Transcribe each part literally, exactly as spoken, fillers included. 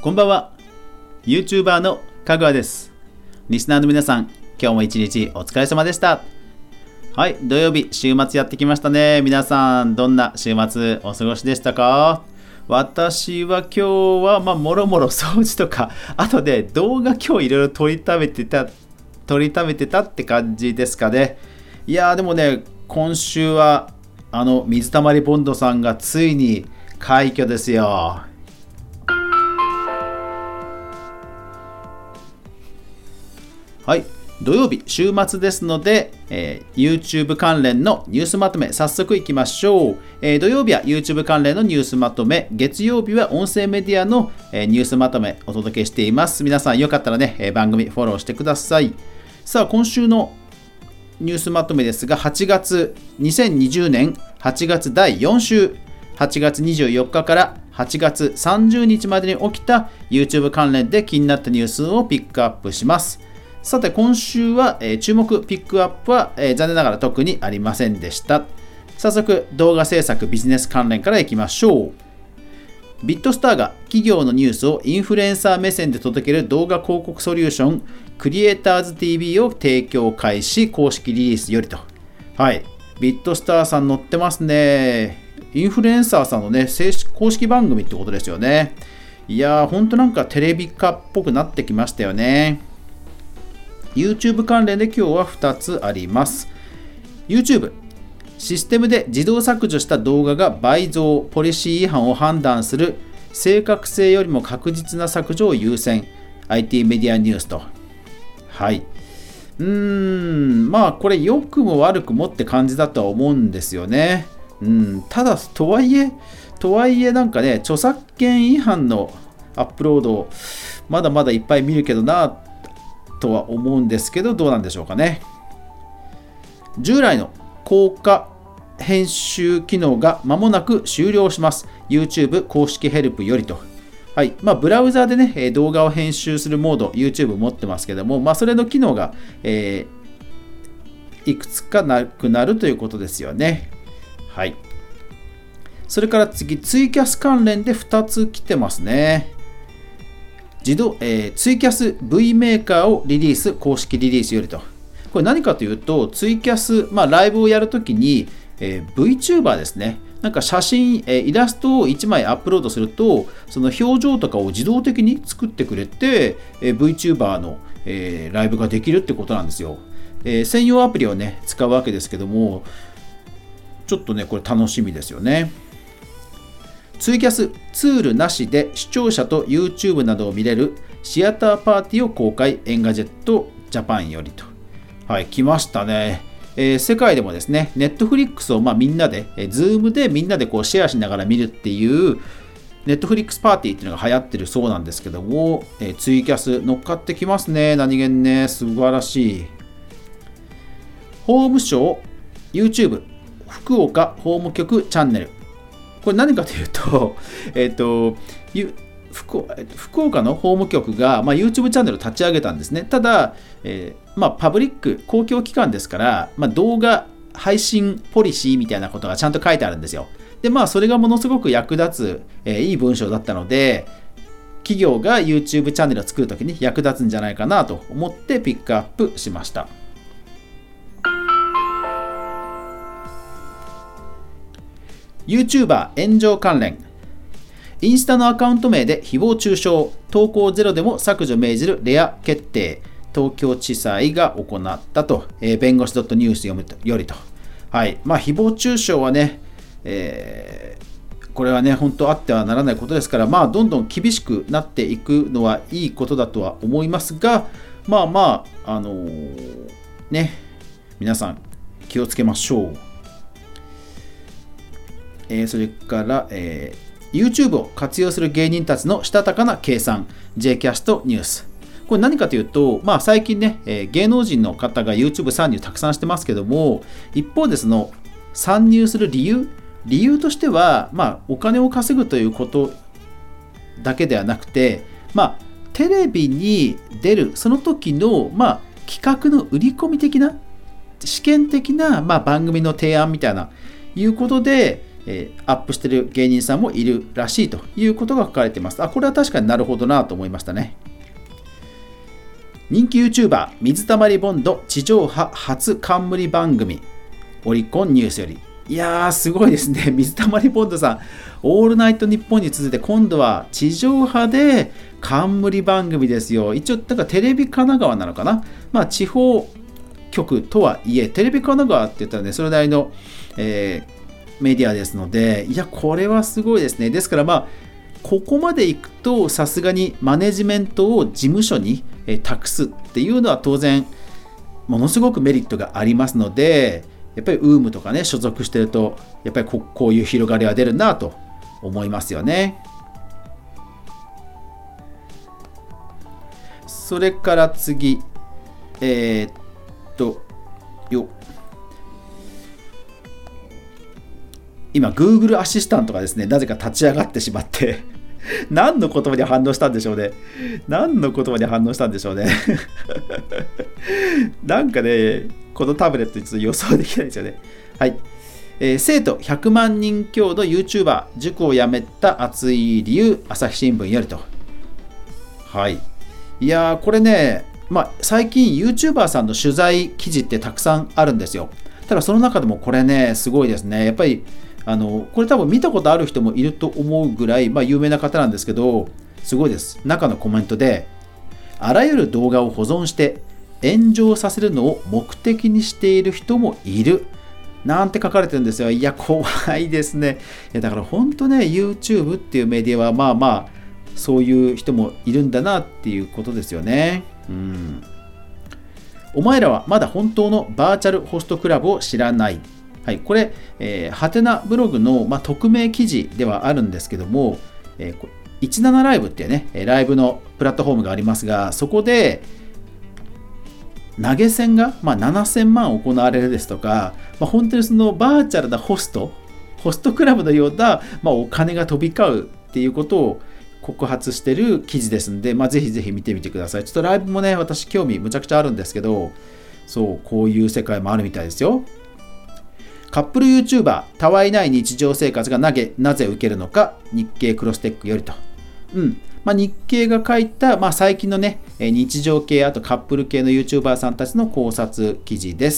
こんばんは。 YouTuber のかぐわです。リスナーの皆さん、今日も一日お疲れ様でした。はい、土曜日週末やってきましたね。皆さんどんな週末お過ごしでしたか？私は今日はまあもろもろ掃除とか、あとで動画今日いろいろ撮りためてた撮りためてたって感じですかね。いやーでもね、今週はあの水溜りボンドさんがついに快挙ですよ。はい、土曜日週末ですので、えー、YouTube 関連のニュースまとめ早速いきましょう。えー、土曜日は YouTube 関連のニュースまとめ、月曜日は音声メディアの、えー、ニュースまとめお届けしています。皆さんよかったらね、えー、番組フォローしてください。さあ今週のニュースまとめですが、はちがつにせんにじゅうねんはちがつだいよん週、はちがつにじゅうよっかからはちがつさんじゅうにちまでに起きた YouTube 関連で気になったニュースをピックアップします。さて今週は、えー、注目ピックアップは、えー、残念ながら特にありませんでした。早速動画制作ビジネス関連からいきましょう。ビットスターが企業のニュースをインフルエンサー目線で届ける動画広告ソリューションクリエイターズ ティーブイ を提供開始、公式リリースよりと。はい、ビットスターさん載ってますね。インフルエンサーさんのね、正式公式番組ってことですよね。いやーほんとなんかテレビ化っぽくなってきましたよね。YouTube 関連で今日はふたつあります。 YouTube システムで自動削除した動画が倍増、ポリシー違反を判断する、正確性よりも確実な削除を優先、 アイティー メディアニュースと。はい、うーんまあこれ良くも悪くもって感じだとは思うんですよね。うん、ただとはいえとはいえなんかね、著作権違反のアップロードまだまだいっぱい見るけどなとは思うんですけど、どうなんでしょうかね。従来の効果編集機能が間もなく終了します。 YouTube 公式ヘルプよりと。はい、まあブラウザでね動画を編集するモード YouTube 持ってますけども、まあそれの機能が、えー、いくつかなくなるということですよね。はい、それから次、ツイキャス関連でふたつ来てますね。自動、えー、ツイキャス V メーカーをリリース、公式リリースよりと。これ何かというと、ツイキャス、まあ、ライブをやるときに、えー、VTuber ですね。なんか写真、えー、イラストをいちまいアップロードすると、その表情とかを自動的に作ってくれて、えー、VTuber の、えー、ライブができるってことなんですよ。えー、専用アプリをね、使うわけですけども、ちょっとね、これ楽しみですよね。ツイキャスツールなしで視聴者と YouTube などを見れるシアターパーティーを公開、エンガジェットジャパンよりと。はい、来ましたね。えー、世界でもですね、Netflix をまあみんなで、えー、Zoom でみんなでこうシェアしながら見るっていう Netflix パーティーっていうのが流行ってるそうなんですけども、えー、ツイキャス乗っかってきますね。何気にね、素晴らしい。法務省 YouTube 福岡法務局チャンネル。これ何かというと、えっと、福, 福岡の法務局が、まあ、YouTube チャンネルを立ち上げたんですね。ただ、えーまあ、パブリック、公共機関ですから、まあ、動画配信ポリシーみたいなことがちゃんと書いてあるんですよ。で、まあ、それがものすごく役立つ、えー、いい文章だったので、企業が YouTube チャンネルを作るときに役立つんじゃないかなと思ってピックアップしました。YouTuber 炎上関連。インスタのアカウント名で誹謗中傷、投稿ゼロでも削除命じるレア決定、東京地裁が行ったと、えー、弁護士 .news 読むとよりと。はい、まあ誹謗中傷はね、えー、これはね本当あってはならないことですから、まあどんどん厳しくなっていくのはいいことだとは思いますが、まあまああのー、ね皆さん気をつけましょう。えー、それから、えー、YouTube を活用する芸人たちのしたたかな計算 J キャストニュース。これ何かというと、まあ、最近ね、えー、芸能人の方が YouTube 参入たくさんしてますけども、一方でその参入する理由理由としては、まあ、お金を稼ぐということだけではなくて、まあ、テレビに出るその時の、まあ、企画の売り込み的な試験的な、まあ、番組の提案みたいないうことでえー、アップしてる芸人さんもいるらしいということが書かれています。あ、これは確かになるほどなと思いましたね。人気 YouTuber 水溜りボンド地上波初冠番組オリコンニュースより。いやーすごいですね。水溜りボンドさん、オールナイトニッポンに続いて今度は地上波で冠番組ですよ。一応だからテレビ神奈川なのかな。まあ地方局とはいえテレビ神奈川って言ったらね、それなりの、えー、メディアですので、いやこれはすごいですね。ですからまあここまでいくとさすがにマネジメントを事務所に託すっていうのは当然ものすごくメリットがありますので、やっぱり ユーエム とかね所属してるとやっぱり こ, こういう広がりは出るなと思いますよね。それから次えー、っとよ今 Google アシスタントがですねなぜか立ち上がってしまって何の言葉に反応したんでしょうね。何の言葉に反応したんでしょうね。なんかね、このタブレットにちょっと予想できないですよね。はい。えー、生徒ひゃくまんにん強の YouTuber、塾を辞めた熱い理由、朝日新聞よりと。はい。いやー、これね、まあ、最近 YouTuber さんの取材記事ってたくさんあるんですよ。ただその中でもこれね、すごいですね。やっぱり、あのこれ多分見たことある人もいると思うぐらい、まあ、有名な方なんですけど、すごいです。中のコメントで、あらゆる動画を保存して炎上させるのを目的にしている人もいるなんて書かれてるんですよ。いや怖いですね。いやだから本当ね YouTube っていうメディアはまあまあそういう人もいるんだなっていうことですよね。うん。お前らはまだ本当のバーチャルホストクラブを知らない。はい、これ、えー、ハテナブログの、まあ、匿名記事ではあるんですけども、えー、じゅうななライブっていうね、ライブのプラットフォームがありますが、そこで投げ銭が、まあ、ななせんまん行われるですとか、まあ、本当にそのバーチャルなホスト、ホストクラブのような、まあ、お金が飛び交うっていうことを告発してる記事ですんで、まあ、ぜひぜひ見てみてください。ちょっとライブもね、私興味むちゃくちゃあるんですけど、そう、こういう世界もあるみたいですよ。カップル YouTuber、たわいない日常生活がなぜ受けるのか、日経クロステックよりと。うんまあ、日経が書いた、まあ、最近のね、日常系、あとカップル系の YouTuber さんたちの考察記事です。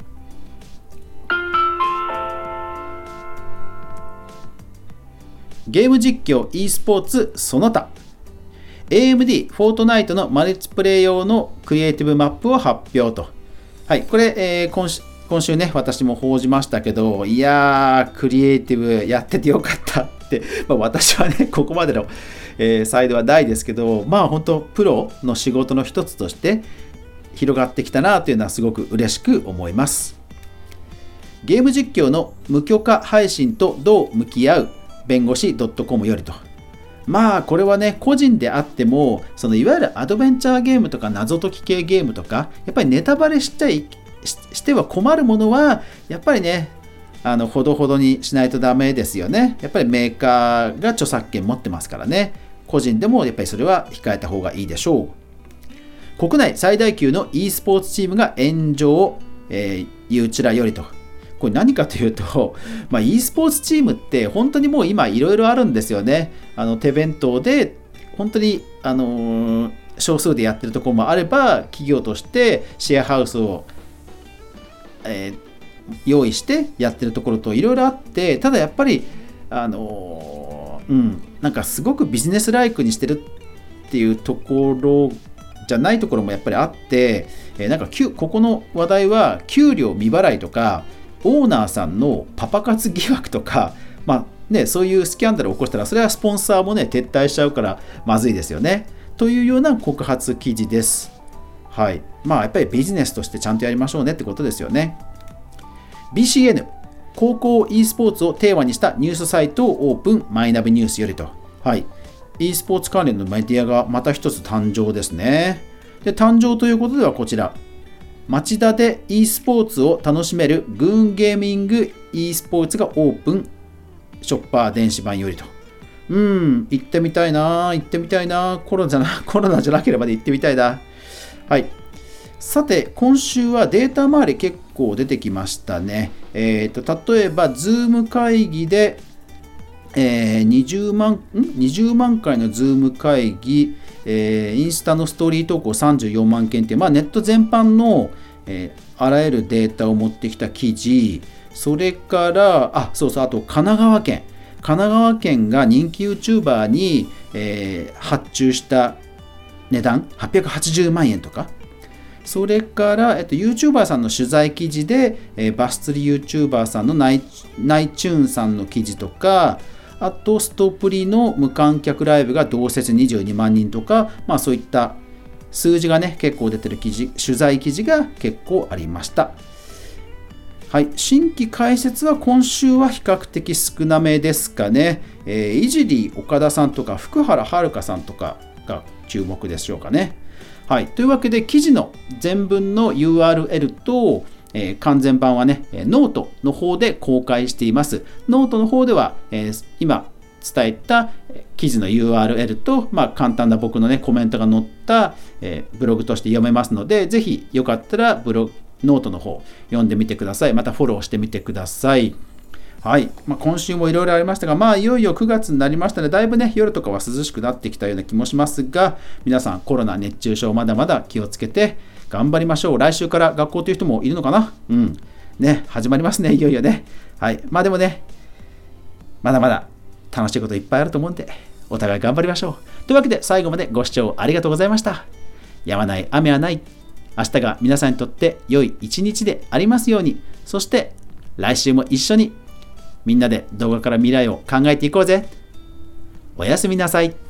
ゲーム実況 e スポーツその他 エーエムディー フォートナイトのマルチプレイ用のクリエイティブマップを発表と。はい、これ、えー、今週今週ね、私も報じましたけど、いやー、クリエイティブやっててよかったって、まあ、私はね、ここまでの、えー、サイドはないですけど、まあ本当、プロの仕事の一つとして広がってきたなというのはすごく嬉しく思います。ゲーム実況の無許可配信とどう向き合う弁護士 .com よりと。まあこれはね、個人であっても、そのいわゆるアドベンチャーゲームとか謎解き系ゲームとか、やっぱりネタバレしちゃいしては困るものはやっぱりねあのほどほどにしないとダメですよね。やっぱりメーカーが著作権持ってますからね。個人でもやっぱりそれは控えた方がいいでしょう。国内最大級の e スポーツチームが炎上、えー、ゆうちらよりと。これ何かというと、まあ、e スポーツチームって本当にもう今いろいろあるんですよね。あの手弁当で本当にあのー、少数でやってるところもあれば、企業としてシェアハウスをえー、用意してやってるところといろいろあって、ただやっぱりあのー、うんなんかすごくビジネスライクにしてるっていうところじゃないところもやっぱりあって、えー、なんかここの話題は給料未払いとかオーナーさんのパパ活疑惑とか、まあね、そういうスキャンダルを起こしたらそれはスポンサーもね撤退しちゃうからまずいですよねというような告発記事です。はい、まあやっぱりビジネスとしてちゃんとやりましょうねってことですよね。ビーシーエヌ 高校 e スポーツをテーマにしたニュースサイトをオープン、マイナビニュースよりと。はい、e スポーツ関連のメディアがまた一つ誕生ですね。で誕生ということではこちら、町田で e スポーツを楽しめるグーンゲーミング e スポーツがオープン、ショッパー電子版よりと。うん、行ってみたいな、行ってみたいな、コロナじゃな、コロナじゃなければで行ってみたいな。はい。さて、今週はデータ周り結構出てきましたね。 えー、と例えば Zoom 会議で、えー、にじゅうまん、んにじゅうまん回の Zoom 会議、えー、インスタのストーリー投稿さんじゅうよんまん件っていう、まあ、ネット全般の、えー、あらゆるデータを持ってきた記事、それからあそうそうあと神奈川県神奈川県が人気 YouTuber に、えー、発注した値段はっぴゃくはちじゅうまんえんとか、それから、えっと、YouTuber さんの取材記事で、えー、バス釣り YouTuber さんのナイ、ナイチューンさんの記事とか、あとストプリの無観客ライブが同説にじゅうにまんにんとか、まあそういった数字がね結構出てる記事、取材記事が結構ありました。はい、新規開設は今週は比較的少なめですかね。えー、いじり岡田さんとか福原遥さんとかが注目でしょうかね。はい、というわけで記事の全文の ユーアールエル と、えー、完全版はねノートの方で公開しています。ノートの方では、えー、今伝えた記事の ユーアールエル と、まあ、簡単な僕のねコメントが載った、えー、ブログとして読めますので、ぜひよかったらブログノートの方読んでみてください。またフォローしてみてください。はい、まあ、今週もいろいろありましたが、まあいよいよくがつになりましたので、だいぶね夜とかは涼しくなってきたような気もしますが、皆さんコロナ熱中症まだまだ気をつけて頑張りましょう。来週から学校という人もいるのかな。うんね、始まりますね、いよいよね。はい、まあでもねまだまだ楽しいこといっぱいあると思うんで、お互い頑張りましょう。というわけで最後までご視聴ありがとうございました。やまない雨はない。明日が皆さんにとって良い一日でありますように。そして来週も一緒にみんなで動画から未来を考えていこうぜ。おやすみなさい。